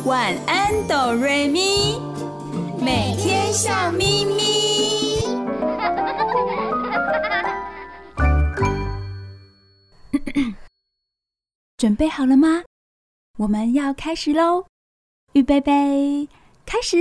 晚安哆瑞咪，每天笑眯眯。准备好了吗？我们要开始咯！预备备，开始！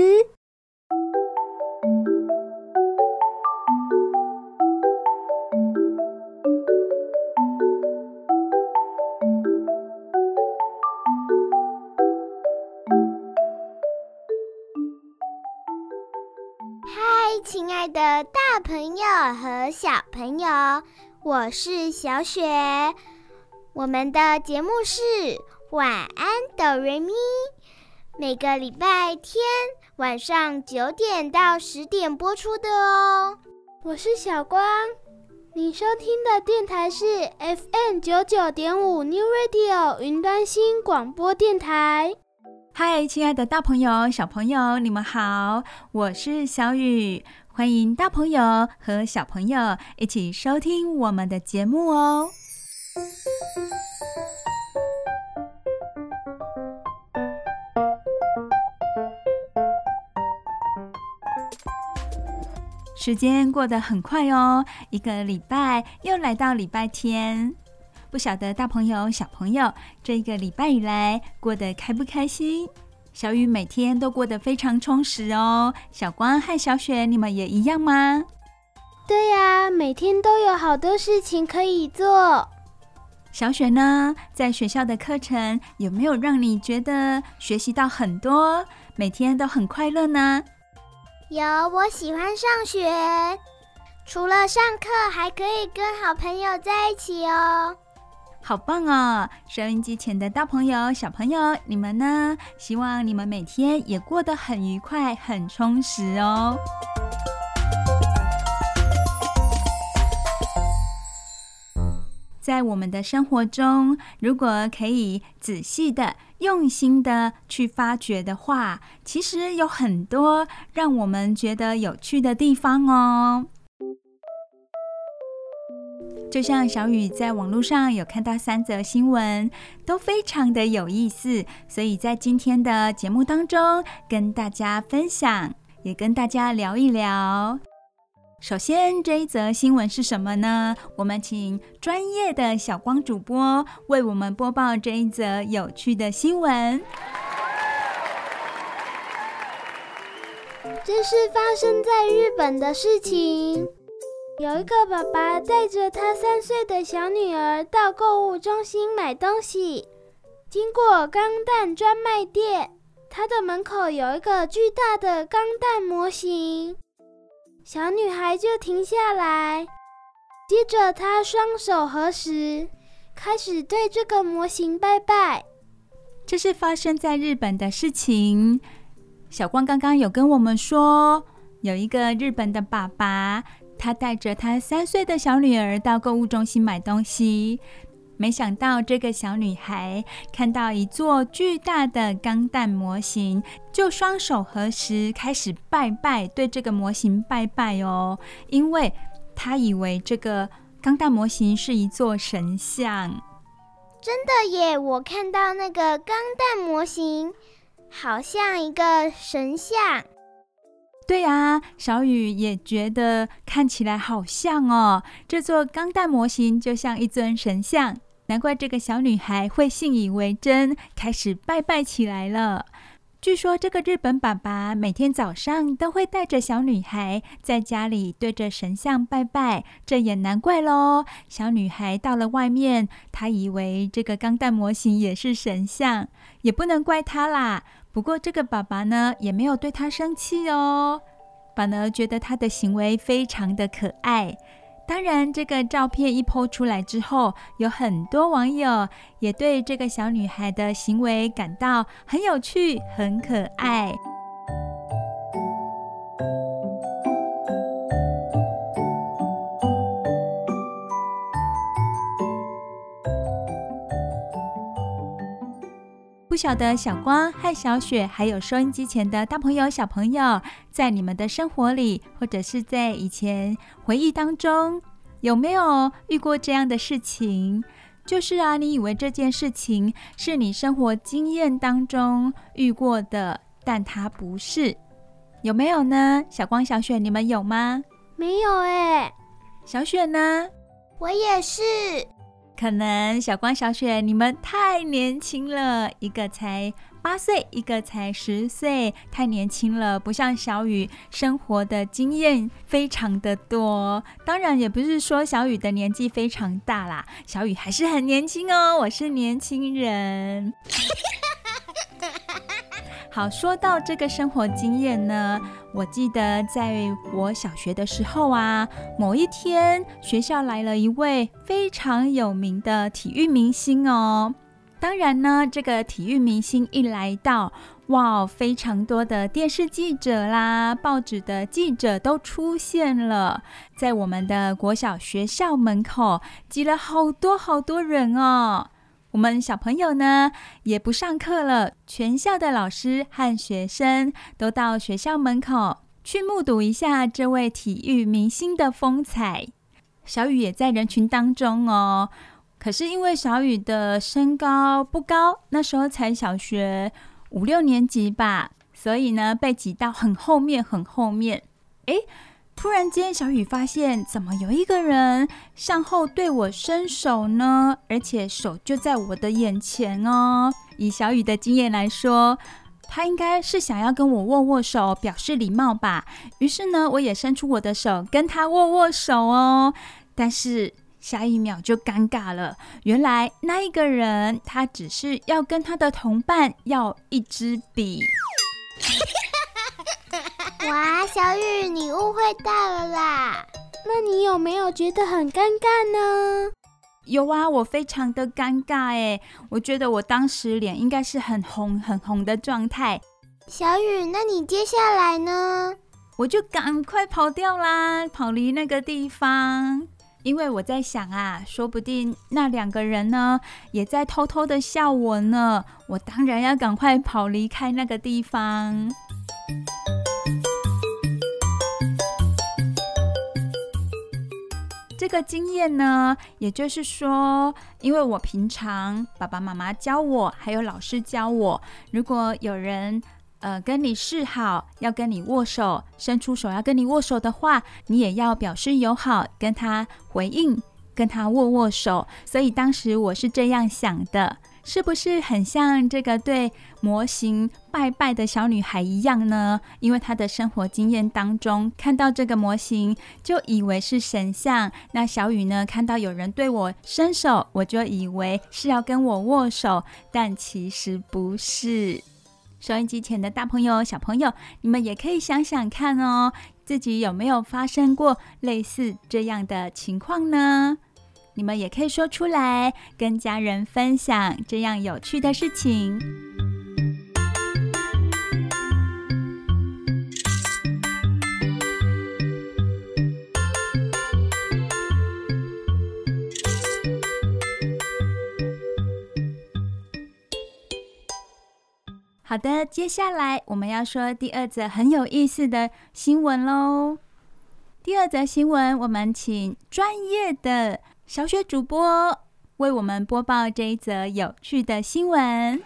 嗨，亲爱的大朋友和小朋友，我是小雪。我们的节目是晚安哆瑞咪，每个礼拜天晚上9点到10点播出的哦。 我是小光，你收听的电台是 FM99.5 New Radio 云端新广播电台。 嗨，亲爱的大朋友小朋友，你们好，我是小雨，欢迎大朋友和小朋友一起收听我们的节目哦。时间过得很快哦，一个礼拜又来到礼拜天。不晓得大朋友小朋友这一个礼拜以来过得开不开心？小雨每天都过得非常充实哦。小光和小雪，你们也一样吗？ 对呀，每天都有好多事情可以做。 小雪呢，在学校的课程有没有让你觉得学习到很多，每天都很快乐呢？ 有，我喜欢上学，除了上课还可以跟好朋友在一起哦。 好棒哦！收音机前的大朋友小朋友，你们呢？希望你们每天也过得很愉快很充实哦。在我们的生活中，如果可以仔细的用心的去发掘的话，其实有很多让我们觉得有趣的地方哦。就像小雨在网络上有看到3则新闻，都非常的有意思，所以在今天的节目当中跟大家分享，也跟大家聊一聊。首先这一则新闻是什么呢？我们请专业的小光主播为我们播报这一则有趣的新闻。 这是发生在日本的事情。有一个爸爸带着他3岁的小女儿到购物中心买东西，经过钢弹专卖店，他的门口有一个巨大的钢弹模型。小女孩就停下来，接着她双手合十，开始对这个模型拜拜。 这是发生在日本的事情。小光刚刚有跟我们说，有一个日本的爸爸，他带着他3岁的小女儿到购物中心买东西，没想到这个小女孩看到一座巨大的钢弹模型，就双手合十开始拜拜，对这个模型拜拜哦，因为她以为这个钢弹模型是一座神像。 真的耶，我看到那个钢弹模型好像一个神像。 对啊，小雨也觉得看起来好像哦，这座钢弹模型就像一尊神像，难怪这个小女孩会信以为真，开始拜拜起来了。据说这个日本爸爸每天早上都会带着小女孩在家里对着神像拜拜，这也难怪咯。小女孩到了外面，她以为这个钢弹模型也是神像，也不能怪她啦。不过这个爸爸呢，也没有对她生气哦，反而觉得她的行为非常的可爱。当然这个照片一po出来之后，有很多网友也对这个小女孩的行为感到很有趣很可爱。不晓得小光和小雪还有收音机前的大朋友小朋友，在你们的生活里，或者是在以前回忆当中，有没有遇过这样的事情？ 就是啊，你以为这件事情是你生活经验当中遇过的，但它不是。有没有呢？小光、小雪，你们有吗？ 没有耶。 小雪呢？ 我也是。 可能小光、小雪你们太年轻了，一个才8岁，一个才10岁，太年轻了，不像小雨生活的经验非常的多。当然也不是说小雨的年纪非常大啦，小雨还是很年轻哦，我是年轻人。好，说到这个生活经验呢，我记得在我小学的时候啊，某一天学校来了一位非常有名的体育明星哦。当然呢，这个体育明星一来到，哇，非常多的电视记者啦、报纸的记者都出现了，在我们的国小学校门口挤了好多好多人哦。我们小朋友呢也不上课了，全校的老师和学生都到学校门口去目睹一下这位体育明星的风采。小雨也在人群当中哦，可是因为小雨的身高不高，那时候才小学5、6年级吧，所以呢被挤到很后面很后面。突然间小雨发现怎么有一个人向后对我伸手呢，而且手就在我的眼前哦。以小雨的经验来说，他应该是想要跟我握握手表示礼貌吧，于是呢我也伸出我的手跟他握握手哦。但是下一秒就尴尬了，原来那一个人他只是要跟他的同伴要一支笔。 哇，小雨，你误会大了啦！ 那你有没有觉得很尴尬呢？ 有啊，我非常的尴尬耶，我觉得我当时脸应该是很红很红的状态。 小雨，那你接下来呢？ 我就赶快跑掉啦，跑离那个地方。因为我在想啊，说不定那2个人呢也在偷偷的笑我呢，我当然要赶快跑离开那个地方。这个经验呢，也就是说，因为我平常爸爸妈妈教我，还有老师教我，如果有人跟你示好，要跟你握手，伸出手要跟你握手的话，你也要表示友好，跟他回应，跟他握握手。所以当时我是这样想的，是不是很像这个对模型拜拜的小女孩一样呢？因为她的生活经验当中，看到这个模型就以为是神像。那小雨呢，看到有人对我伸手，我就以为是要跟我握手，但其实不是。收音机前的大朋友、小朋友，你们也可以想想看哦，自己有没有发生过类似这样的情况呢？你们也可以说出来，跟家人分享这样有趣的事情。好的，接下来我们要说第2则很有意思的新闻咯。第2则新闻，我们请专业的小雪主播为我们播报这一则有趣的新闻。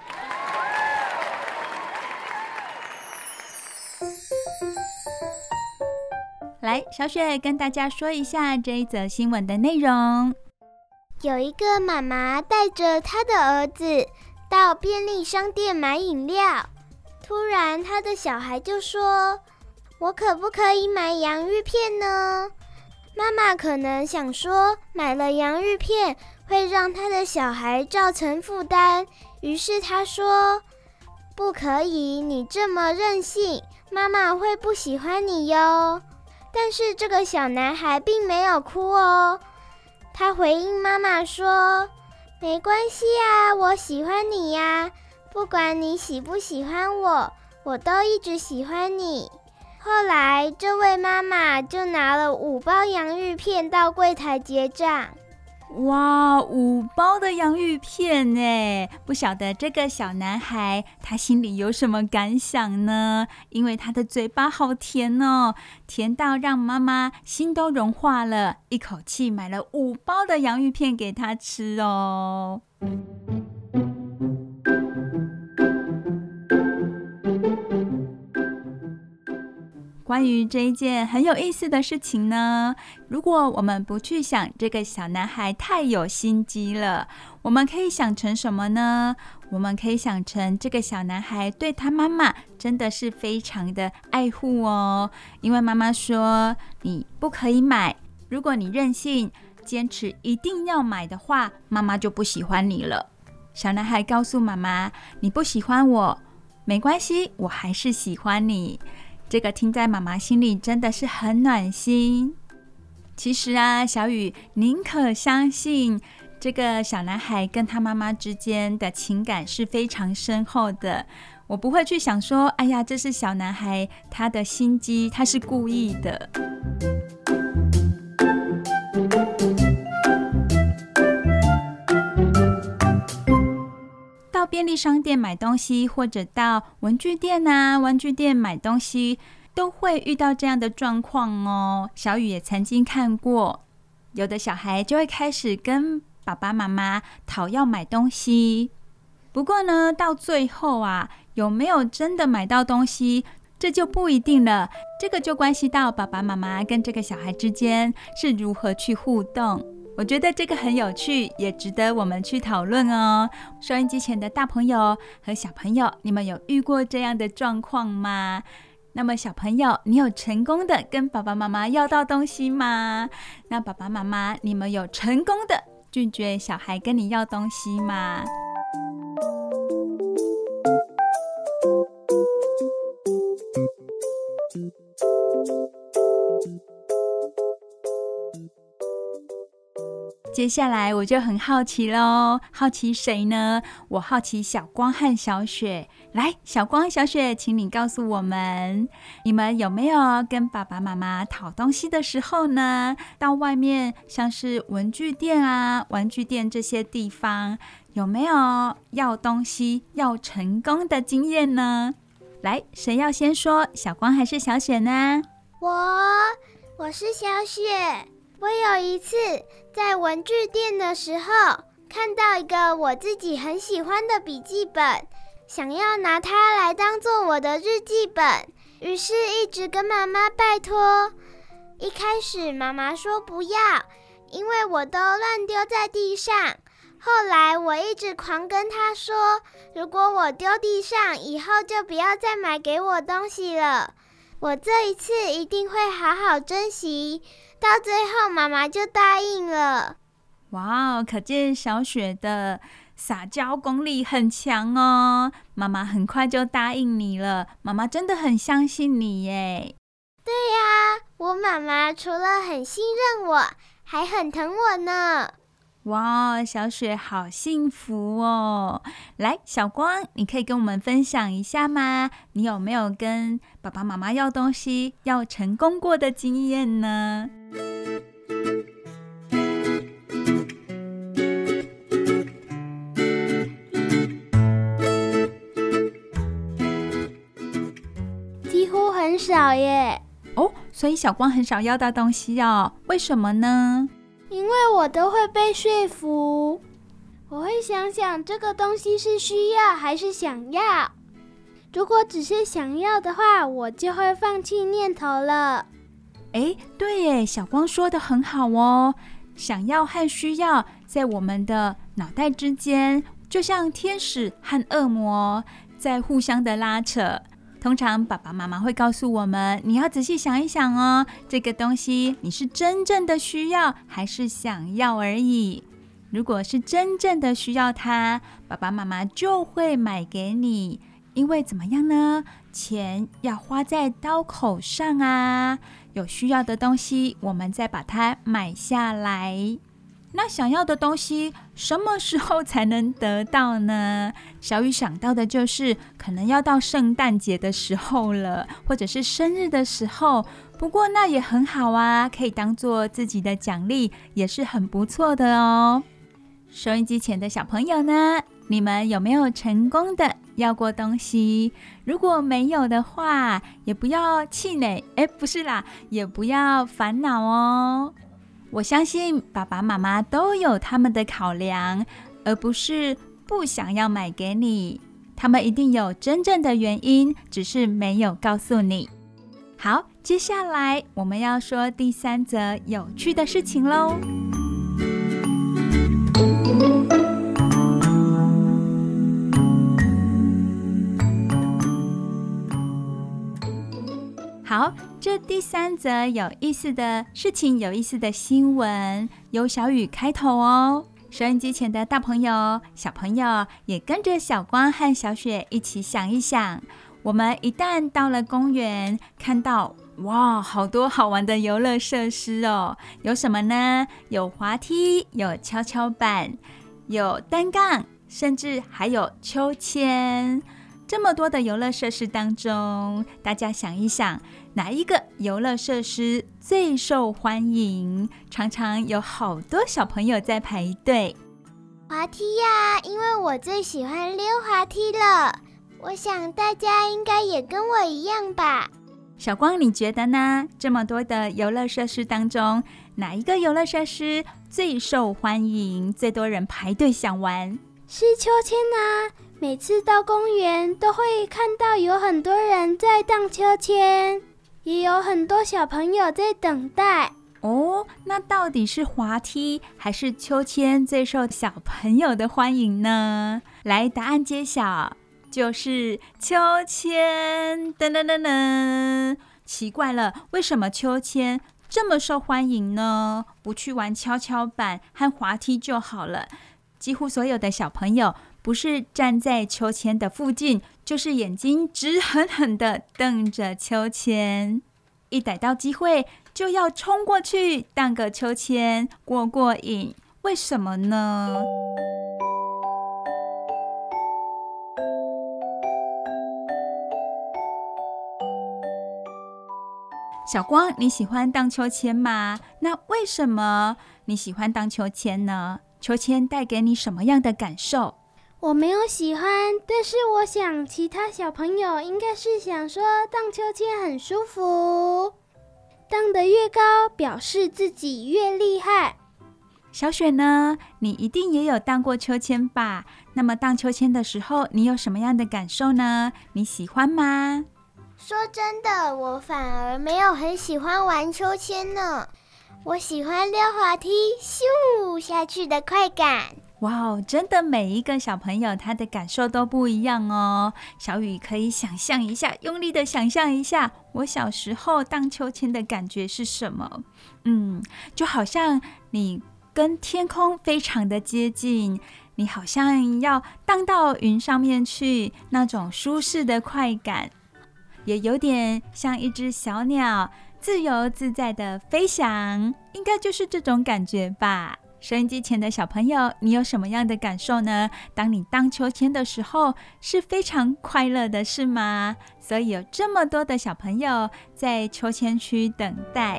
来，小雪跟大家说一下这一则新闻的内容。 有一个妈妈带着她的儿子到便利商店买饮料，突然她的小孩就说：“我可不可以买洋芋片呢？”妈妈可能想说买了洋芋片会让她的小孩造成负担，于是她说：“不可以，你这么任性，妈妈会不喜欢你哟。”但是这个小男孩并没有哭哦，他回应妈妈说：“没关系啊，我喜欢你呀，不管你喜不喜欢我，我都一直喜欢你。”后来这位妈妈就拿了5包洋芋片到柜台结账。 哇，5包的洋芋片耶！不晓得这个小男孩他心里有什么感想呢？因为他的嘴巴好甜哦，甜到让妈妈心都融化了，一口气买了5包的洋芋片给他吃哦。关于这一件很有意思的事情呢，如果我们不去想这个小男孩太有心机了，我们可以想成什么呢？我们可以想成这个小男孩对他妈妈真的是非常的爱护哦，因为妈妈说你不可以买，如果你任性坚持一定要买的话，妈妈就不喜欢你了。小男孩告诉妈妈，你不喜欢我没关系，我还是喜欢你。这个听在妈妈心里真的是很暖心。其实啊，小雨，您可相信这个小男孩跟他妈妈之间的情感是非常深厚的。我不会去想说，哎呀，这是小男孩他的心机，他是故意的。到便利商店买东西，或者到文具店买东西，都会遇到这样的状况哦。小雨也曾经看过，有的小孩就会开始跟爸爸妈妈讨要买东西。不过呢，到最后啊，有没有真的买到东西，这就不一定了。这个就关系到爸爸妈妈跟这个小孩之间是如何去互动。我觉得这个很有趣，也值得我们去讨论哦。收音机前的大朋友和小朋友，你们有遇过这样的状况吗？那么小朋友，你有成功的跟爸爸妈妈要到东西吗？那爸爸妈妈，你们有成功的拒绝小孩跟你要东西吗？接下来我就很好奇咯，好奇谁呢？我好奇小光和小雪。来，小光、小雪，请你告诉我们，你们有没有跟爸爸妈妈讨东西的时候呢？到外面像是文具店啊、玩具店这些地方，有没有要东西要成功的经验呢？来，谁要先说？小光还是小雪呢？ 我是小雪。我有一次在文具店的时候，看到一个我自己很喜欢的笔记本，想要拿它来当做我的日记本，于是一直跟妈妈拜托。一开始妈妈说不要，因为我都乱丢在地上。后来我一直狂跟她说，如果我丢地上，以后就不要再买给我东西了。我这一次一定会好好珍惜。到最后妈妈就答应了。 哇，可见小雪的撒娇功力很强哦，妈妈很快就答应你了，妈妈真的很相信你耶。 对呀，我妈妈除了很信任我，还很疼我呢。 哇，小雪好幸福哦。来，小光，你可以跟我们分享一下吗？你有没有跟爸爸妈妈要东西要成功过的经验呢？ 几乎很少耶。 哦，所以小光很少要到东西哦，为什么呢？ 因为我都会被说服，我会想想这个东西是需要还是想要。如果只是想要的话，我就会放弃念头了。 诶，对耶，小光说得很好哦。想要和需要在我们的脑袋之间，就像天使和恶魔在互相的拉扯。通常爸爸妈妈会告诉我们，你要仔细想一想哦，这个东西你是真正的需要还是想要而已。如果是真正的需要它，爸爸妈妈就会买给你。因为怎么样呢？钱要花在刀口上啊，有需要的东西我们再把它买下来。 那想要的东西什么时候才能得到呢？小雨想到的就是可能要到圣诞节的时候了，或者是生日的时候。不过那也很好啊，可以当做自己的奖励，也是很不错的哦。收音机前的小朋友呢，你们有没有成功的要过东西？如果没有的话，也不要气馁，不是啦，也不要烦恼哦。我相信爸爸妈妈都有他们的考量，而不是不想要买给你。他们一定有真正的原因，只是没有告诉你。好，接下来我们要说第3则有趣的事情咯。好，这第3则有意思的事情，有意思的新闻，由小雨开头哦。收音机前的大朋友、小朋友也跟着小光和小雪一起想一想，我们一旦到了公园，看到哇，好多好玩的游乐设施哦！有什么呢？有滑梯，有跷跷板，有单杠，甚至还有秋千。这么多的游乐设施当中，大家想一想，哪一个游乐设施最受欢迎？常常有好多小朋友在排队。 滑梯呀，因为我最喜欢溜滑梯了。我想大家应该也跟我一样吧。 小光，你觉得呢？这么多的游乐设施当中，哪一个游乐设施最受欢迎？最多人排队想玩？ 是秋千啊！每次到公园都会看到有很多人在荡秋千，也有很多小朋友在等待。 哦，那到底是滑梯还是秋千最受小朋友的欢迎呢？来，答案揭晓，就是秋千！噔噔噔噔！奇怪了，为什么秋千这么受欢迎呢？不去玩跷跷板和滑梯就好了。几乎所有的小朋友不是站在秋千的附近，就是眼睛直狠狠地瞪着秋千，一逮到机会就要冲过去荡个秋千过过瘾。为什么呢？小光，你喜欢荡秋千吗？那为什么你喜欢荡秋千呢？秋千带给你什么样的感受？ 我没有喜欢，但是我想其他小朋友应该是想说荡秋千很舒服，荡得越高表示自己越厉害。 小雪呢？你一定也有荡过秋千吧？那么荡秋千的时候，你有什么样的感受呢？你喜欢吗？ 说真的，我反而没有很喜欢玩秋千呢。我喜欢溜滑梯，咻下去的快感。 哇，真的每一个小朋友他的感受都不一样哦。小雨可以想象一下，用力的想象一下，我小时候荡秋千的感觉是什么？就好像你跟天空非常的接近，你好像要荡到云上面去，那种舒适的快感，也有点像一只小鸟自由自在的飞翔，应该就是这种感觉吧。收音机前的小朋友，你有什么样的感受呢？当你荡秋千的时候，是非常快乐的，是吗？所以有这么多的小朋友在秋千区等待。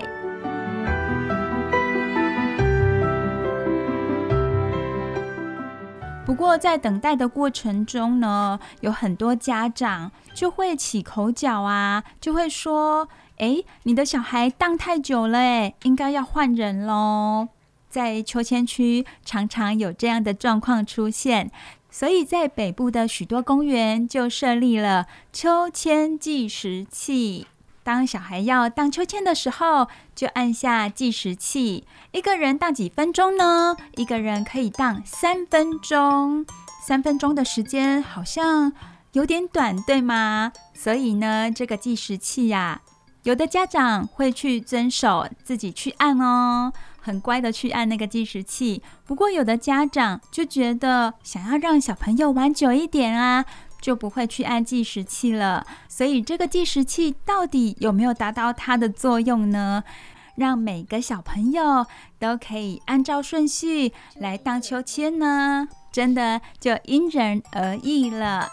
不过在等待的过程中呢，有很多家长就会起口角啊，就会说你的小孩荡太久了应该要换人咯。在秋千区常常有这样的状况出现，所以在北部的许多公园就设立了秋千计时器。当小孩要荡秋千的时候，就按下计时器，一个人荡几分钟呢？一个人可以荡3分钟。3分钟的时间好像有点短，对吗？所以呢，这个计时器呀，有的家长会去遵守，自己去按哦，很乖的去按那个计时器。不过有的家长就觉得想要让小朋友玩久一点啊，就不会去按计时器了。所以这个计时器到底有没有达到它的作用呢？ 让每个小朋友都可以按照顺序来荡秋千呢？真的就因人而异了。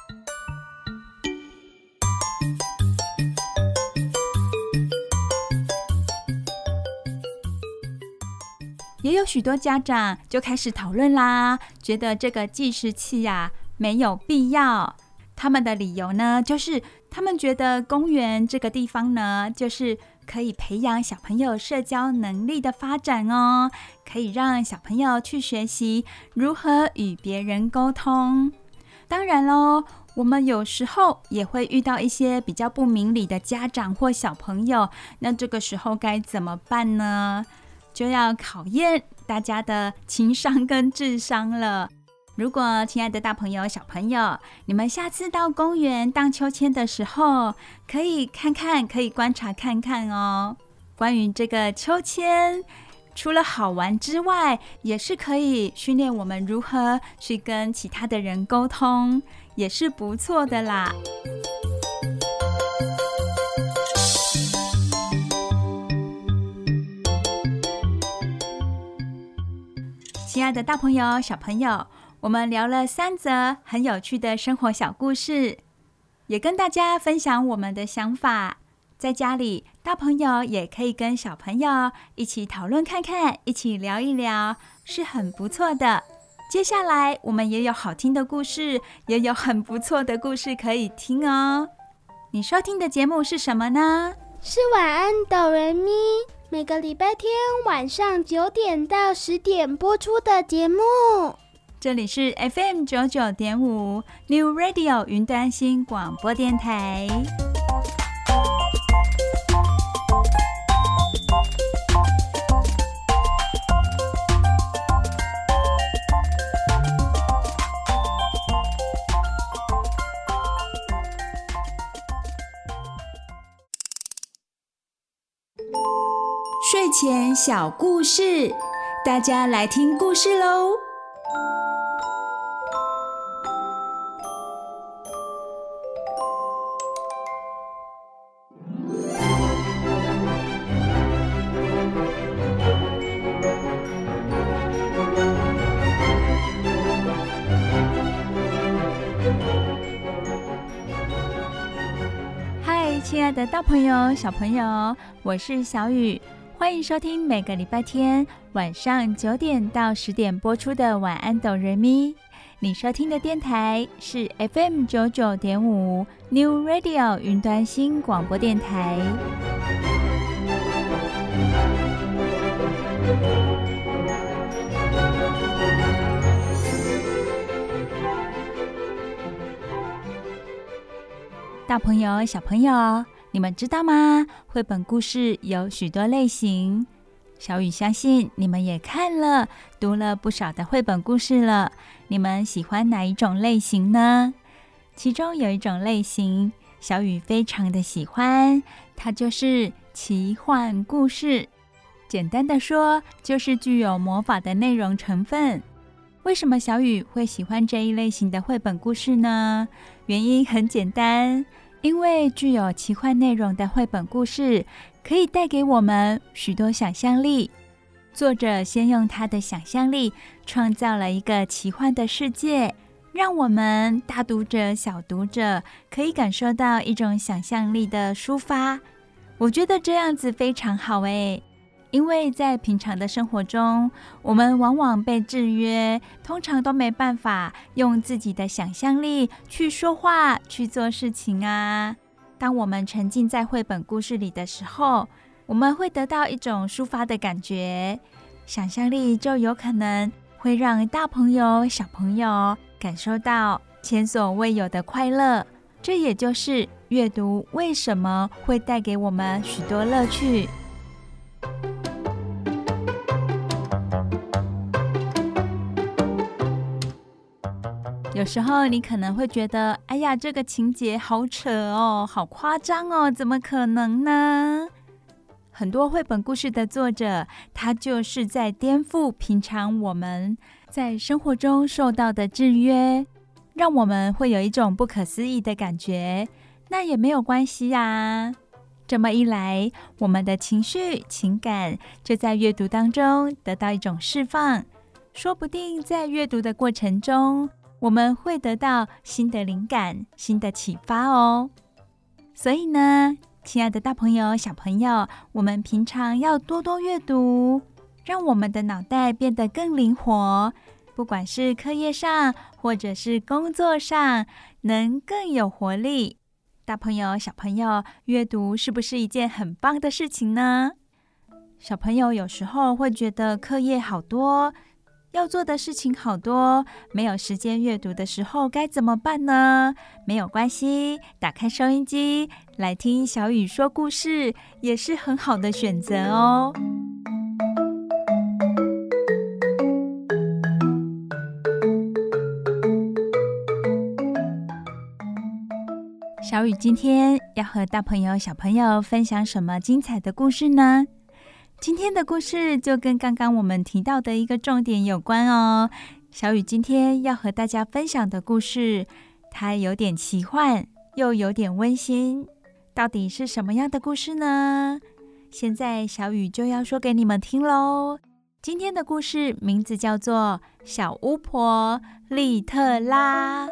也有许多家长就开始讨论啦，觉得这个计时器没有必要。他们的理由呢，就是他们觉得公园这个地方呢，就是可以培养小朋友社交能力的发展哦，可以让小朋友去学习如何与别人沟通。当然咯，我们有时候也会遇到一些比较不明理的家长或小朋友，那这个时候该怎么办呢？就要考验大家的情商跟智商了。如果亲爱的大朋友小朋友，你们下次到公园荡秋千的时候，可以看看，可以观察看看哦。关于这个秋千，除了好玩之外，也是可以训练我们如何去跟其他的人沟通，也是不错的啦。亲爱的大朋友小朋友，我们聊了3则很有趣的生活小故事，也跟大家分享我们的想法。在家里，大朋友也可以跟小朋友一起讨论看看，一起聊一聊，是很不错的。接下来我们也有好听的故事，也有很不错的故事可以听哦。你收听的节目是什么呢？ 是晚安哆瑞咪，每个礼拜天晚上9点到10点播出的节目。 这里是 FM 99.5 New Radio 云端新广播电台。睡前小故事，大家来听故事喽！嗨，亲爱的大朋友、小朋友，我是小雨。欢迎收听每个礼拜天晚上9点到10点播出的晚安哆瑞咪。你收听的电台是 FM 99.5 New Radio 云端新广播电台。大朋友、小朋友，你们知道吗？绘本故事有许多类型，小雨相信你们也看了、读了不少的绘本故事了。你们喜欢哪一种类型呢？其中有一种类型，小雨非常的喜欢，它就是奇幻故事。简单的说，就是具有魔法的内容成分。为什么小雨会喜欢这一类型的绘本故事呢？原因很简单，因为具有奇幻内容的绘本故事可以带给我们许多想象力。作者先用他的想象力创造了一个奇幻的世界，让我们大读者、小读者可以感受到一种想象力的抒发。我觉得这样子非常好耶，因为在平常的生活中，我们往往被制约，通常都没办法用自己的想象力去说话、去做事情啊。当我们沉浸在绘本故事里的时候，我们会得到一种抒发的感觉，想象力就有可能会让大朋友、小朋友感受到前所未有的快乐。这也就是阅读为什么会带给我们许多乐趣。有时候你可能会觉得，哎呀，这个情节好扯哦，好夸张哦，怎么可能呢？很多绘本故事的作者，他就是在颠覆平常我们在生活中受到的制约，让我们会有一种不可思议的感觉。那也没有关系啊， 这么一来，我们的情绪、情感就在阅读当中得到一种释放，说不定在阅读的过程中，我们会得到新的灵感、新的启发哦。所以呢，亲爱的大朋友、小朋友，我们平常要多多阅读，让我们的脑袋变得更灵活，不管是课业上或者是工作上，能更有活力。大朋友、小朋友，阅读是不是一件很棒的事情呢？小朋友有时候会觉得课业好多，要做的事情好多，没有时间阅读的时候该怎么办呢？没有关系，打开收音机来听小雨说故事，也是很好的选择哦。小雨今天要和大朋友、小朋友分享什么精彩的故事呢？今天的故事就跟刚刚我们提到的一个重点有关哦。小雨今天要和大家分享的故事，它有点奇幻，又有点温馨，到底是什么样的故事呢？现在小雨就要说给你们听咯。今天的故事名字叫做《小巫婆利特拉》。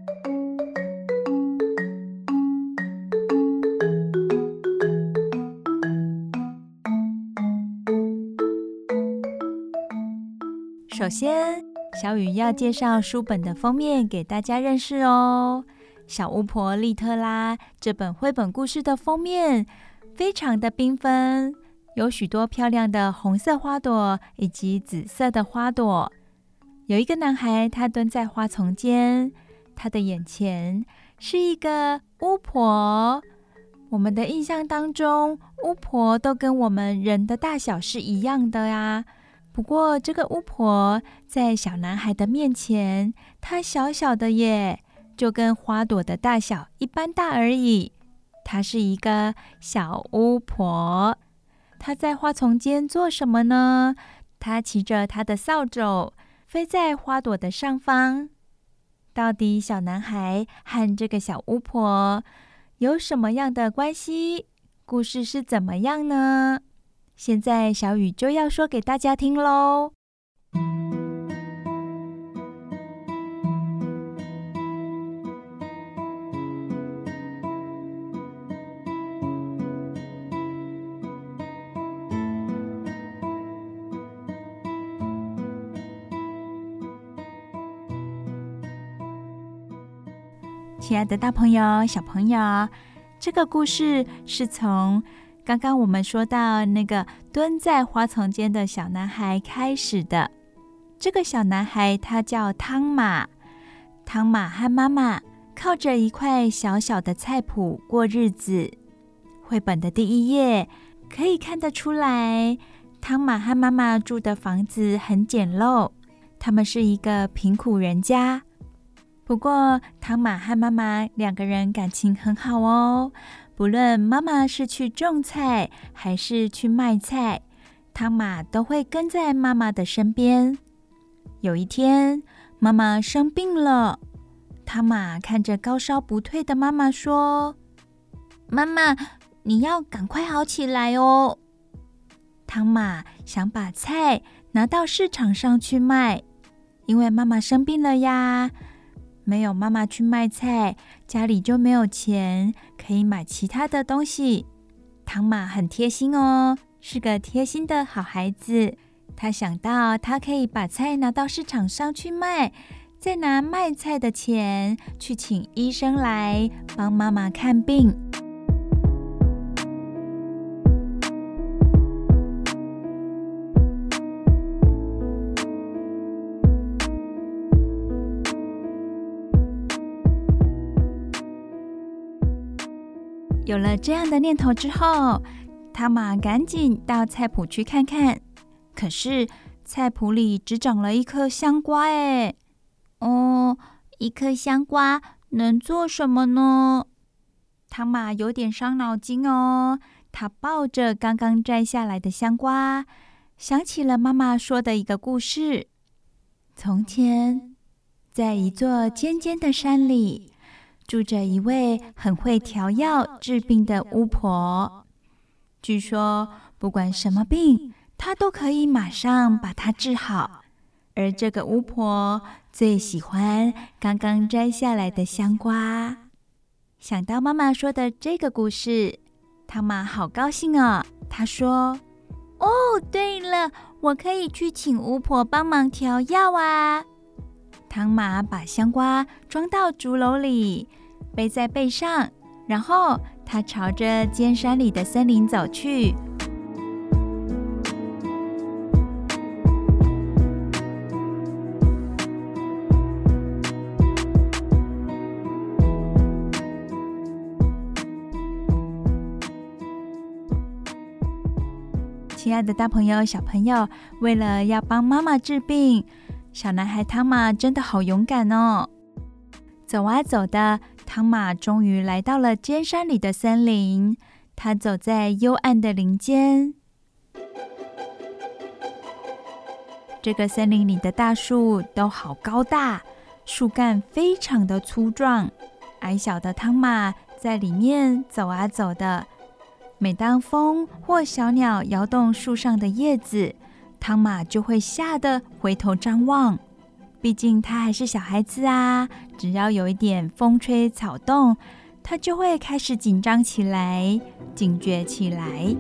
首先，小雨要介绍书本的封面给大家认识哦。小巫婆利特拉这本绘本故事的封面非常的缤纷，有许多漂亮的红色花朵以及紫色的花朵。有一个男孩，他蹲在花丛间，他的眼前是一个巫婆。我们的印象当中，巫婆都跟我们人的大小是一样的呀。不过这个巫婆在小男孩的面前，她小小的耶，就跟花朵的大小一般大而已。她是一个小巫婆。她在花丛间做什么呢？她骑着她的扫帚，飞在花朵的上方。到底小男孩和这个小巫婆有什么样的关系？故事是怎么样呢？现在小雨就要说给大家听咯。亲爱的大朋友、小朋友，这个故事是从刚刚我们说到那个蹲在花丛间的小男孩开始的。这个小男孩他叫汤马，汤马和妈妈靠着一块小小的菜谱过日子。绘本的第一页可以看得出来，汤马和妈妈住的房子很简陋，他们是一个贫苦人家。不过汤马和妈妈两个人感情很好哦，不论妈妈是去种菜还是去卖菜，汤马都会跟在妈妈的身边。有一天，妈妈生病了，汤马看着高烧不退的妈妈说：“妈妈，你要赶快好起来哦。”汤马想把菜拿到市场上去卖，因为妈妈生病了呀。没有妈妈去卖菜，家里就没有钱可以买其他的东西。汤马很贴心哦，是个贴心的好孩子。他想到他可以把菜拿到市场上去卖，再拿卖菜的钱去请医生来帮妈妈看病。有了这样的念头之后，汤马赶紧到菜谱去看看。可是菜谱里只长了一颗香瓜耶。一颗香瓜能做什么呢？汤马有点伤脑筋哦。他抱着刚刚摘下来的香瓜，想起了妈妈说的一个故事。从前，在一座尖尖的山里，住着一位很会调药治病的巫婆。 据说不管什么病，她都可以马上把它治好。而这个巫婆最喜欢刚刚摘下来的香瓜。想到妈妈说的这个故事，汤玛好高兴哦。她说：哦，对了，我可以去请巫婆帮忙调药啊。汤玛把香瓜装到竹篓里，背在背上，然后她朝着尖山里的森林走去。亲爱的大朋友、小朋友，为了要帮妈妈治病，小男孩汤玛真的好勇敢哦。走啊走的，汤玛终于来到了尖山里的森林。他走在幽暗的林间，这个森林里的大树都好高大，树干非常的粗壮。矮小的汤玛在里面走啊走的，每当风或小鸟摇动树上的叶子，汤玛就会吓得回头张望。毕竟他还是小孩子啊，只要有一点风吹草动，他就会开始紧张起来，警觉起来。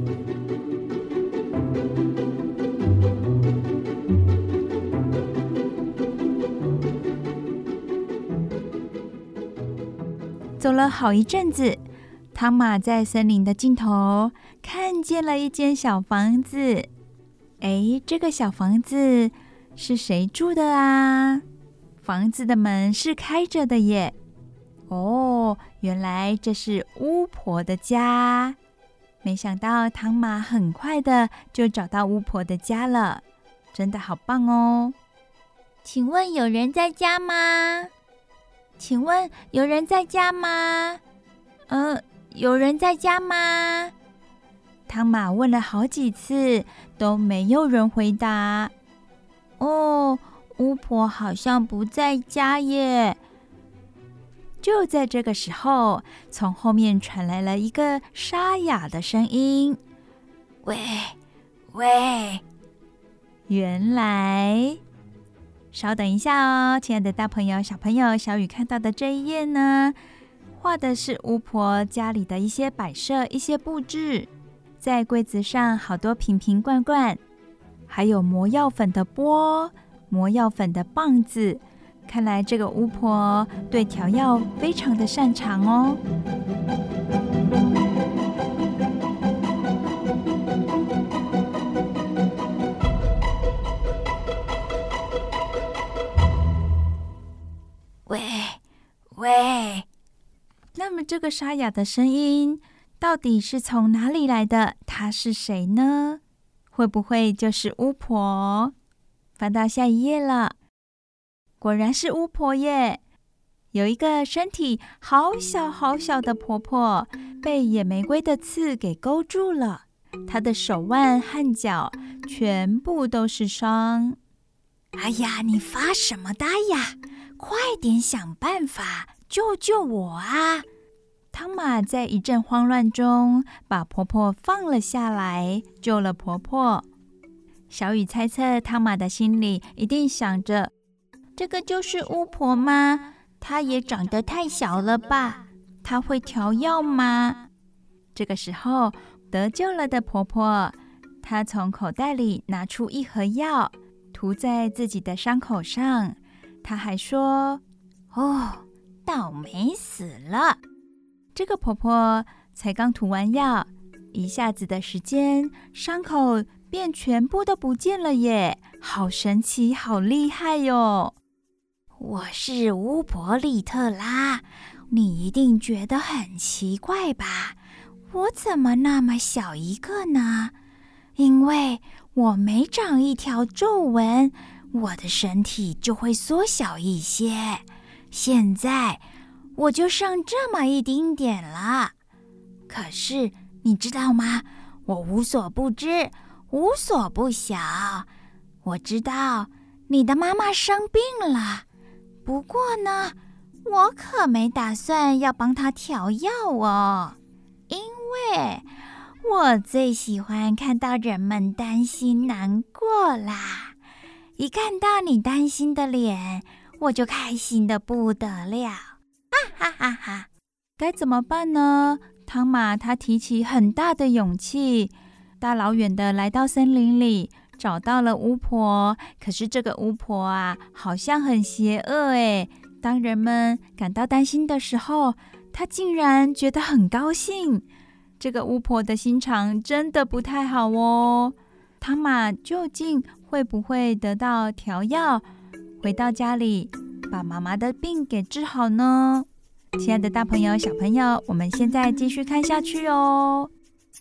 走了好一阵子，汤玛在森林的尽头看见了一间小房子。诶，这个小房子是谁住的啊？房子的门是开着的耶。哦，原来这是巫婆的家。没想到汤玛很快的就找到巫婆的家了，真的好棒哦。请问有人在家吗？请问有人在家吗？有人在家吗？汤玛问了好几次，都没有人回答。哦，巫婆好像不在家耶。就在这个时候，从后面传来了一个沙哑的声音：喂，喂！原来，稍等一下哦，亲爱的大朋友、小朋友，小雨看到的这一页呢，画的是巫婆家里的一些摆设、一些布置。在柜子上好多瓶瓶罐罐，还有磨药粉的钵、磨药粉的棒子。看来这个巫婆对调药非常的擅长哦。喂，喂！那么这个沙哑的声音到底是从哪里来的？她是谁呢？会不会就是巫婆？翻到下一页了，果然是巫婆耶！有一个身体好小好小的婆婆，被野玫瑰的刺给勾住了，她的手腕和脚全部都是伤。哎呀，你发什么呆呀？快点想办法救救我啊！汤玛在一阵慌乱中把婆婆放了下来，救了婆婆。小雨猜测汤玛的心里一定想着，这个就是巫婆吗？她也长得太小了吧？她会调药吗？这个时候，得救了的婆婆，她从口袋里拿出一盒药，涂在自己的伤口上。她还说：哦，倒霉死了！这个婆婆才刚涂完药，一下子的时间，伤口便全部都不见了耶！好神奇，好厉害哟！我是巫婆利特拉，你一定觉得很奇怪吧？我怎么那么小一个呢？因为我每长一条皱纹，我的身体就会缩小一些。现在我就剩这么一丁点了。可是你知道吗？我无所不知，无所不晓。我知道你的妈妈生病了，不过呢，我可没打算要帮她调药哦，因为我最喜欢看到人们担心难过啦，一看到你担心的脸，我就开心的不得了，哈哈哈哈！ 该怎么办呢？汤马他提起很大的勇气，大老远的来到森林里，找到了巫婆。可是这个巫婆啊，好像很邪恶诶。当人们感到担心的时候，她竟然觉得很高兴。这个巫婆的心肠真的不太好哦。汤马究竟会不会得到调药，回到家里把妈妈的病给治好呢？亲爱的大朋友小朋友，我们现在继续看下去哦。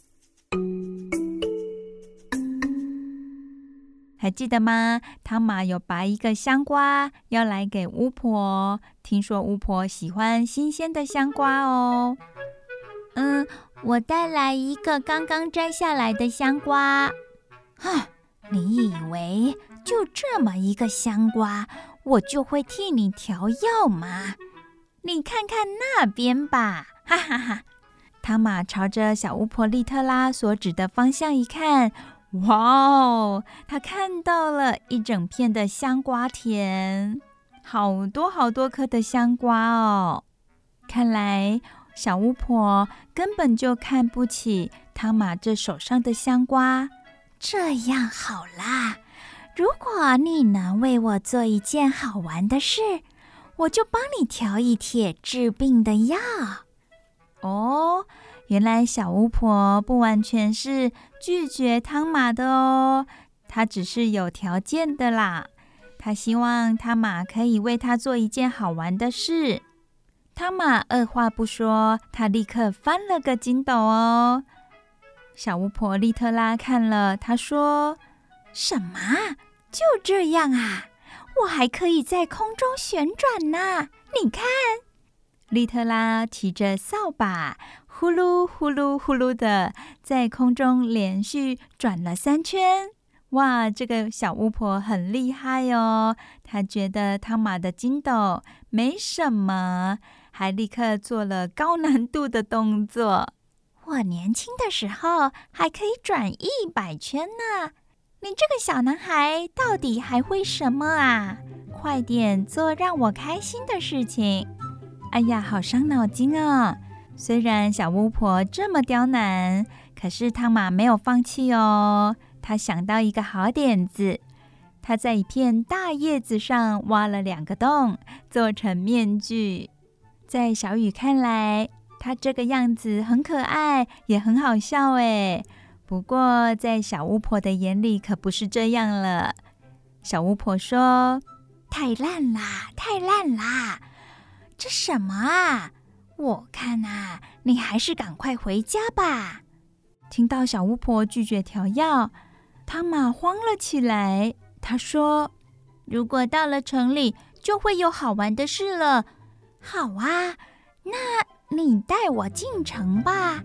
还记得吗？汤马有拔一个香瓜要来给巫婆，听说巫婆喜欢新鲜的香瓜哦。 我带来一个刚刚摘下来的香瓜。你以为就这么一个香瓜，我就会替你调药吗？你看看那边吧，哈哈哈！ 汤马朝着小巫婆利特拉所指的方向一看，哇哦，他看到了一整片的香瓜田，好多好多颗的香瓜哦。看来小巫婆根本就看不起汤马这手上的香瓜。 这样好啦，如果你能为我做一件好玩的事，我就帮你调一帖治病的药。 哦，原来小巫婆不完全是拒绝汤马的哦，她只是有条件的啦。她希望汤马可以为她做一件好玩的事。汤马二话不说，他立刻翻了个筋斗哦。小巫婆利特拉看了，她说：“ 什么？就这样啊？我还可以在空中旋转呢！你看。” 利特拉骑着扫把，呼噜呼噜呼噜的在空中连续转了3圈。哇，这个小巫婆很厉害哦！她觉得汤马的筋斗没什么，还立刻做了高难度的动作。 我年轻的时候还可以转100圈呢。你这个小男孩到底还会什么啊？快点做让我开心的事情。 哎呀，好伤脑筋哦。虽然小巫婆这么刁难，可是汤马没有放弃哦。他想到一个好点子，他在一片大叶子上挖了2个洞，做成面具。在小雨看来，他这个样子很可爱，也很好笑诶。不过在小巫婆的眼里可不是这样了。小巫婆说：“ 太烂啦，太烂啦！这什么啊？我看啊，你还是赶快回家吧。” 听到小巫婆拒绝调药，汤马慌了起来。他说：“ 如果到了城里，就会有好玩的事了。好啊，那你带我进城吧。”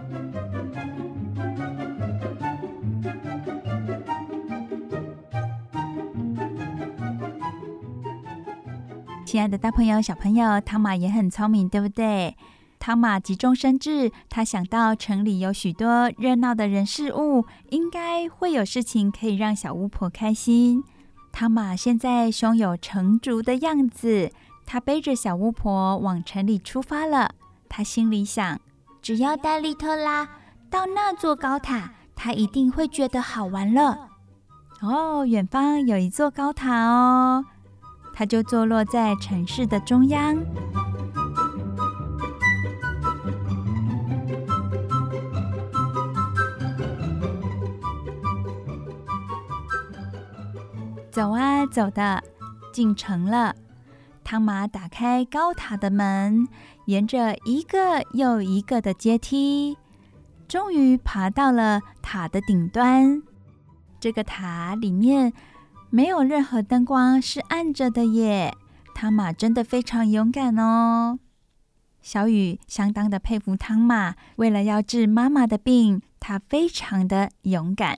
亲爱的大朋友小朋友，汤马也很聪明，对不对？汤马急中生智，他想到城里有许多热闹的人事物，应该会有事情可以让小巫婆开心。汤马现在胸有成竹的样子，他背着小巫婆往城里出发了。他心里想， 只要带利特拉到那座高塔，他一定会觉得好玩了。 哦，远方有一座高塔哦，它就坐落在城市的中央。走啊走的，进城了。汤马打开高塔的门，沿着一个又一个的阶梯，终于爬到了塔的顶端。这个塔里面没有任何灯光，是暗着的耶。汤马真的非常勇敢哦。小雨相当的佩服汤马，为了要治妈妈的病，他非常的勇敢。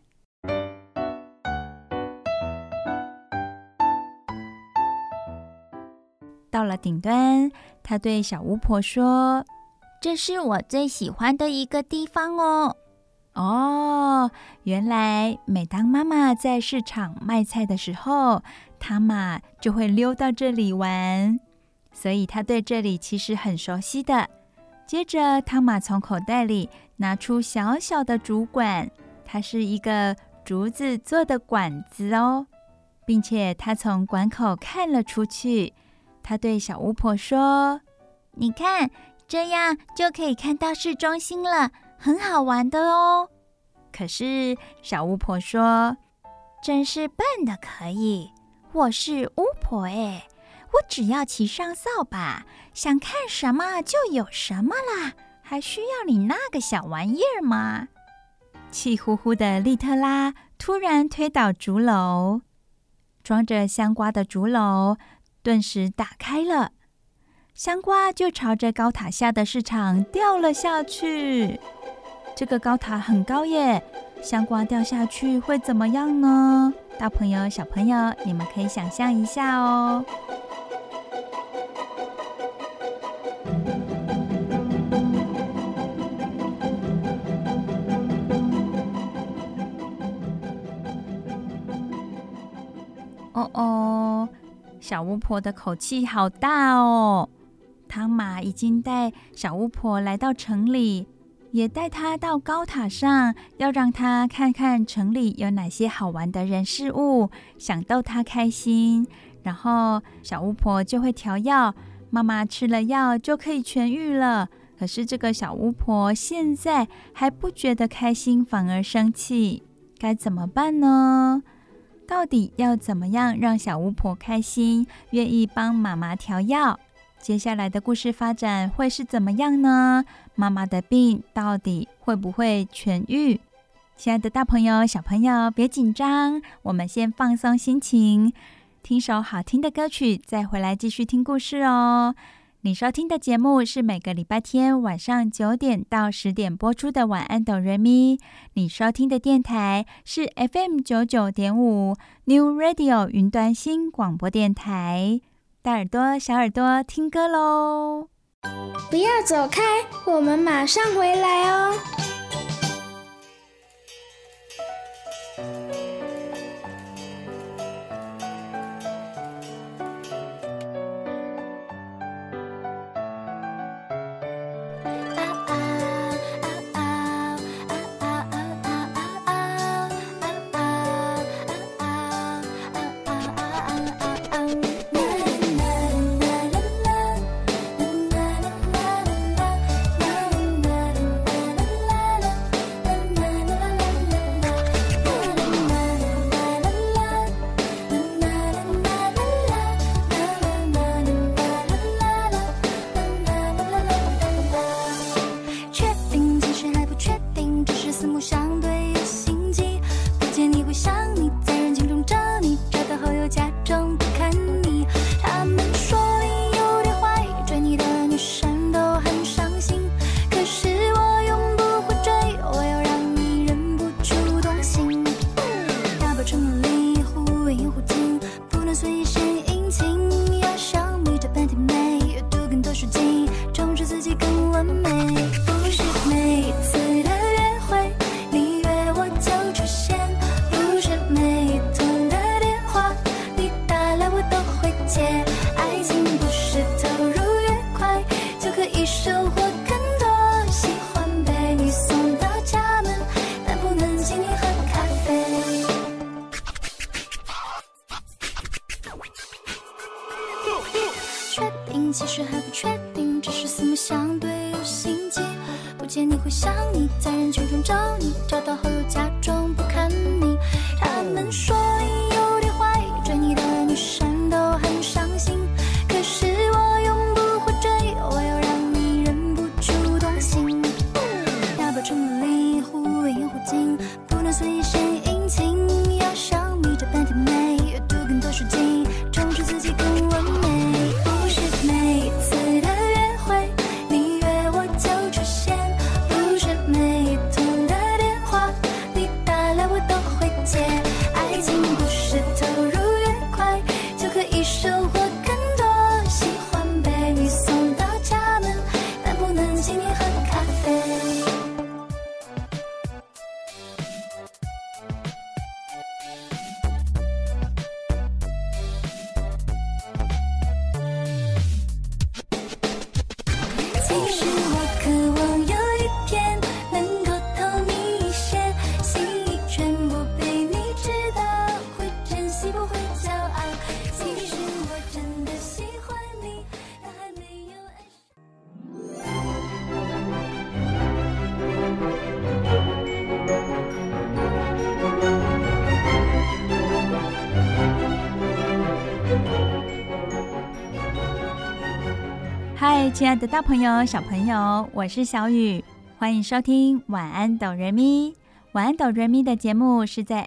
到了顶端，他对小巫婆说：“ 这是我最喜欢的一个地方哦。” 哦，原来每当妈妈在市场卖菜的时候，汤马就会溜到这里玩，所以他对这里其实很熟悉的。接着，汤马从口袋里拿出小小的竹管，它是一个竹子做的管子哦，并且他从管口看了出去。他对小巫婆说：“ 你看，这样就可以看到市中心了，很好玩的哦。” 可是小巫婆说：“ 真是笨的可以，我是巫婆耶，我只要骑上扫把，想看什么就有什么啦，还需要你那个小玩意儿吗？” 气呼呼的利特拉突然推倒竹篓，装着香瓜的竹篓顿时打开了，香瓜就朝着高塔下的市场掉了下去。这个高塔很高耶，香瓜掉下去会怎么样呢？大朋友小朋友，你们可以想象一下哦。哦哦，小巫婆的口气好大哦。汤马已经带小巫婆来到城里，也带她到高塔上，要让她看看城里有哪些好玩的人事物，想逗她开心。然后小巫婆就会调药，妈妈吃了药就可以痊愈了。可是这个小巫婆现在还不觉得开心，反而生气，该怎么办呢？到底要怎么样让小巫婆开心，愿意帮妈妈调药？接下来的故事发展会是怎么样呢？妈妈的病到底会不会痊愈？亲爱的大朋友小朋友，别紧张，我们先放松心情，听首好听的歌曲，再回来继续听故事哦。你收听的节目是每个礼拜天晚上9点到10点播出的晚安哆瑞咪。你收听的电台是 FM99.5 New Radio 云端新广播电台。大耳朵小耳朵听歌咯， 不要走开，我们马上回来哦。 其实还不确定，只是四目相对有心悸，不见你会想你，在人群中找你，找到后又假装不看你。他们说你有点坏，追你的女生都很伤心，可是我永不会追，我要让你忍不住动心。要保证离忽远忽近，不能随意献殷勤，要像眯着半天眉，阅读更多书籍，充实自己更完美。每次的约会，你约我就出现，不是每通的电话，你嗨，亲爱的大朋友小朋友，我是小雨，欢迎收听晚安哆瑞咪。晚安哆瑞咪的节目是在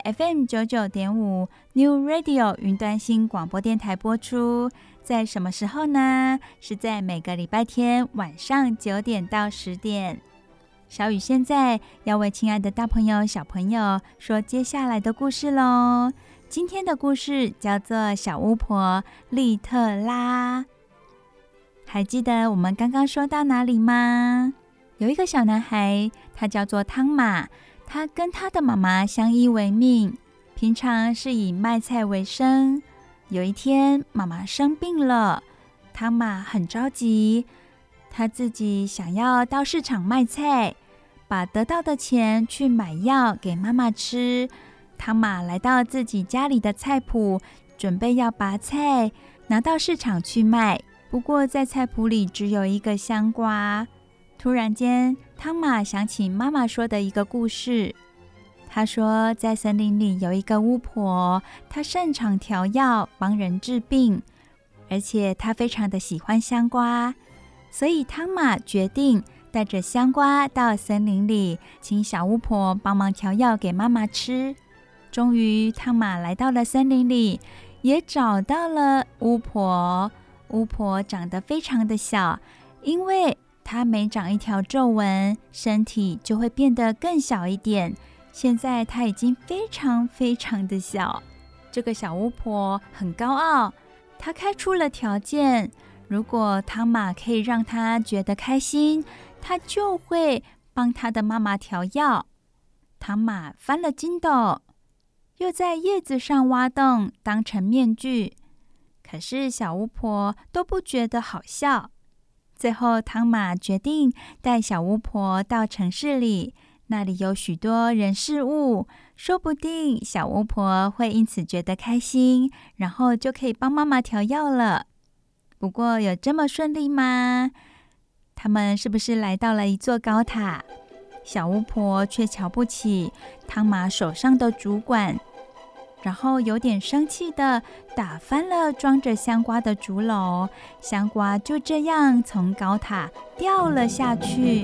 FM99.5 New Radio 云端新广播电台播出，在什么时候呢？是在每个礼拜天晚上9点到10点。小雨现在要为亲爱的大朋友小朋友说接下来的故事咯。今天的故事叫做小巫婆利特拉。还记得我们刚刚说到哪里吗？有一个小男孩，他叫做汤马，他跟他的妈妈相依为命，平常是以卖菜为生。有一天妈妈生病了，汤马很着急，他自己想要到市场卖菜，把得到的钱去买药给妈妈吃。汤马来到自己家里的菜圃，准备要拔菜拿到市场去卖，不过在菜圃里只有一个香瓜。突然间，汤马想起妈妈说的一个故事。她说，在森林里有一个巫婆，她擅长调药，帮人治病，而且她非常的喜欢香瓜，所以汤马决定带着香瓜到森林里，请小巫婆帮忙调药给妈妈吃。终于，汤马来到了森林里，也找到了巫婆。巫婆长得非常的小，因为她每长一条皱纹，身体就会变得更小一点。现在她已经非常非常的小。这个小巫婆很高傲，她开出了条件，如果汤马可以让她觉得开心，她就会帮她的妈妈调药。汤马翻了筋斗，又在叶子上挖洞当成面具，可是小巫婆都不觉得好笑。最后汤马决定带小巫婆到城市里，那里有许多人事物，说不定小巫婆会因此觉得开心，然后就可以帮妈妈调药了。不过有这么顺利吗？他们是不是来到了一座高塔？小巫婆却瞧不起汤马手上的竹管，然后有点生气的打翻了装着香瓜的竹篓，香瓜就这样从高塔掉了下去。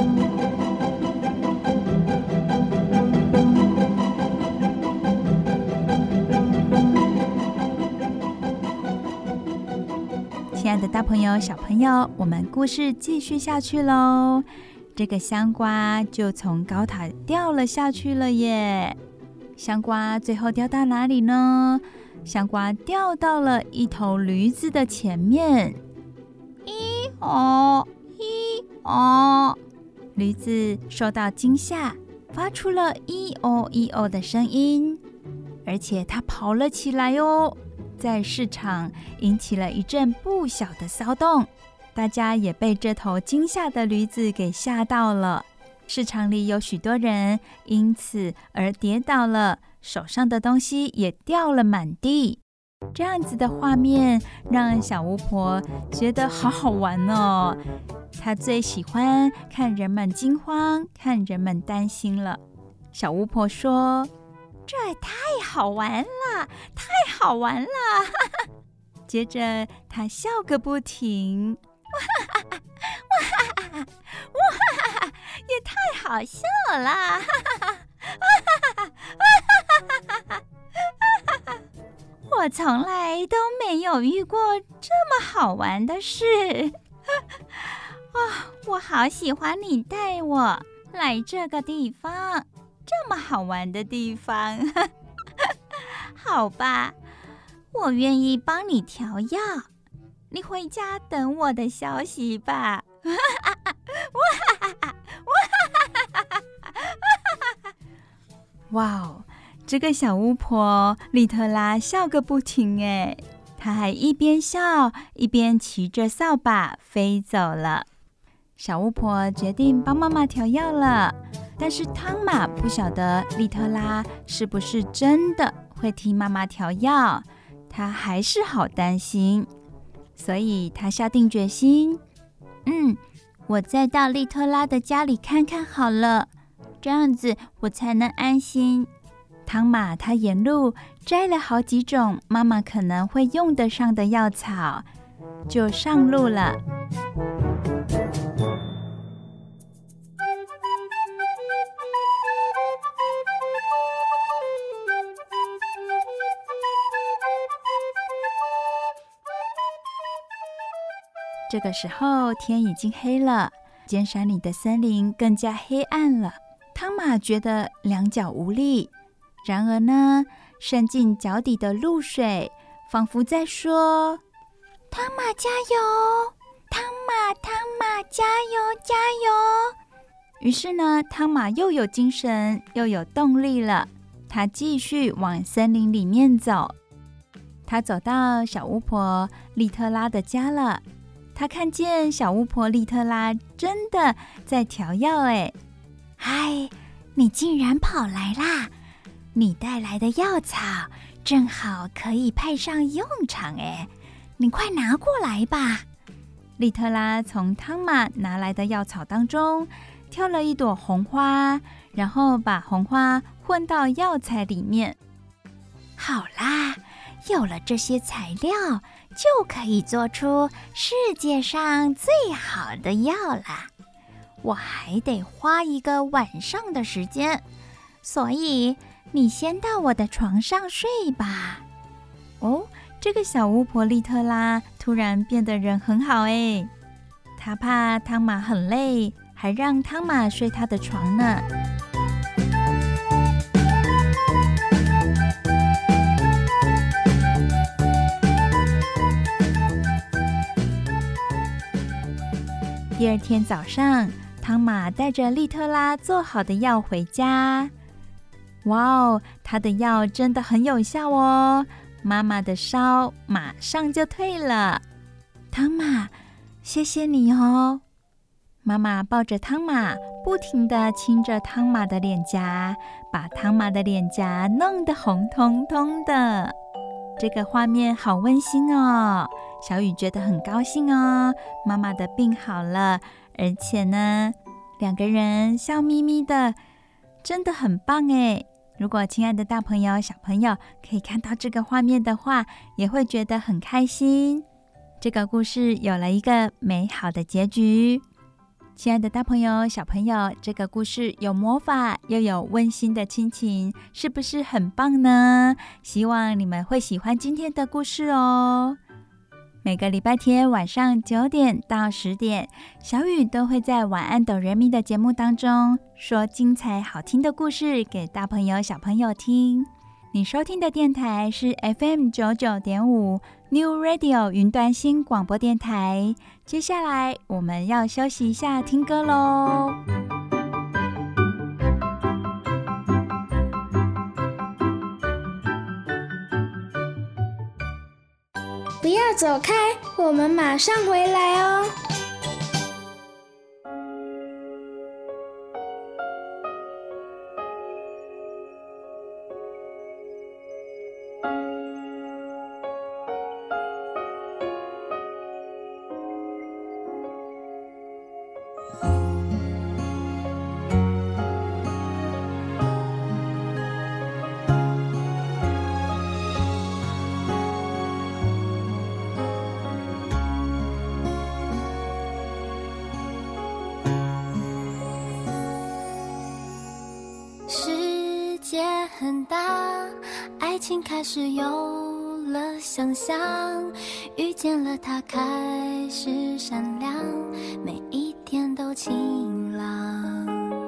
亲爱的大朋友小朋友，我们故事继续下去咯。这个香瓜就从高塔掉了下去了耶。香瓜最后掉到哪里呢？香瓜掉到了一头驴子的前面。咦哦，咦哦，驴子受到惊吓，发出了咦哦咦哦的声音，而且它跑了起来哦，在市场引起了一阵不小的骚动，大家也被这头惊吓的驴子给吓到了。市场里有许多人因此而跌倒了，手上的东西也掉了满地。这样子的画面让小巫婆觉得好好玩哦。她最喜欢看人们惊慌，看人们担心了。小巫婆说：“这也太好玩了，太好玩了！”接着她笑个不停，哇哈哈哇哈哈哇哈哈，也太好笑了！哈哈哈哈哈哈！我从来都没有遇过这么好玩的事。我好喜欢你带我来这个地方，这么好玩的地方。好吧，我愿意帮你调药，你回家等我的消息吧。哇哦，这个小巫婆利特拉笑个不停哎，她还一边笑一边骑着扫把飞走了。小巫婆决定帮妈妈调药了，但是汤马不晓得利特拉是不是真的会替妈妈调药，他还是好担心，所以他下定决心，我再到利特拉的家里看看好了，这样子我才能安心。汤马他沿路摘了好几种妈妈可能会用得上的药草，就上路了。 这个时候天已经黑了，尖山里的森林更加黑暗了。汤马觉得两脚无力，然而呢，渗进脚底的露水仿佛在说：汤马加油，汤马加油加油。于是呢，汤马又有精神又有动力了，他继续往森林里面走。他走到小巫婆利特拉的家了，他看见小巫婆利特拉真的在调药哎。 嗨，你竟然跑来啦！你带来的药草正好可以派上用场哎，你快拿过来吧。 利特拉从汤马拿来的药草当中挑了一朵红花，然后把红花混到药材里面。 好啦，有了这些材料，就可以做出世界上最好的药啦。我还得花一个晚上的时间，所以你先到我的床上睡吧。 哦，这个小巫婆利特拉突然变得人很好哎，她怕汤马很累，还让汤马睡她的床呢。第二天早上，汤马带着利特拉做好的药回家。哇哦，他的药真的很有效哦，妈妈的烧马上就退了。汤马，谢谢你哦。妈妈抱着汤马，不停地亲着汤马的脸颊，把汤马的脸颊弄得红彤彤的。这个画面好温馨哦，小雨觉得很高兴哦。妈妈的病好了，而且呢，两个人笑眯眯的，真的很棒哎。如果亲爱的大朋友、小朋友可以看到这个画面的话，也会觉得很开心。这个故事有了一个美好的结局。亲爱的大朋友、小朋友，这个故事有魔法，又有温馨的亲情，是不是很棒呢？希望你们会喜欢今天的故事哦。每个礼拜天晚上9点到10点，小雨都会在晚安哆瑞咪的节目当中说精彩好听的故事给大朋友小朋友听。你收听的电台是 FM99.5 New Radio 云端新广播电台。接下来我们要休息一下听歌咯。 不要走开，我们马上回来哦。 世界很大，爱情开始有了想象，遇见了他开始闪亮，每一天都晴朗。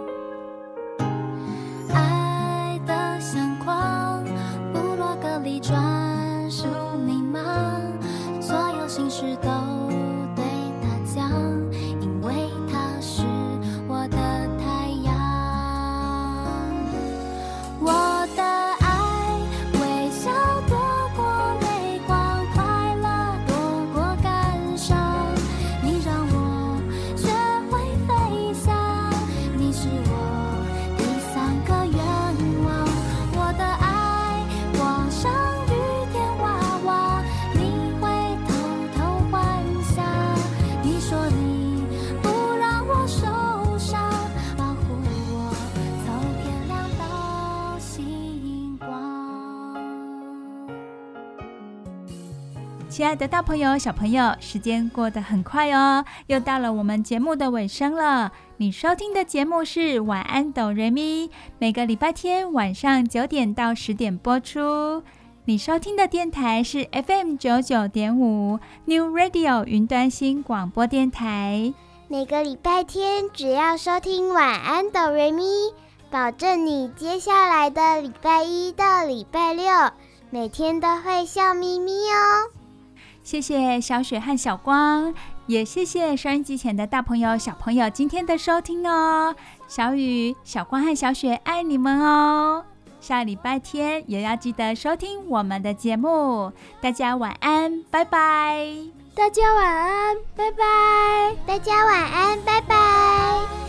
爱的相框，部落格里专属密码，所有心事都对他讲，因为他是我的太阳。我的爱微笑躲过泪光，快乐躲过感伤，你让我学会飞翔，你是我第3个愿望。我的爱光像雨天娃娃，你会偷偷幻想，你说你不让我受伤，保护我从天亮到星光。 亲爱的大朋友、小朋友，时间过得很快哦，又到了我们节目的尾声了。你收听的节目是晚安哆瑞咪，每个礼拜天晚上9点到10点播出。 你收听的电台是 FM99.5 New Radio 云端新广播电台。 每个礼拜天只要收听晚安哆瑞咪，保证你接下来的礼拜一到礼拜六每天都会笑眯眯哦。 谢谢小雪和小光，也谢谢收音机前的大朋友小朋友今天的收听哦。小雨、小光和小雪爱你们哦。下礼拜天也要记得收听我们的节目。大家晚安，拜拜。 大家晚安，拜拜。 大家晚安，拜拜。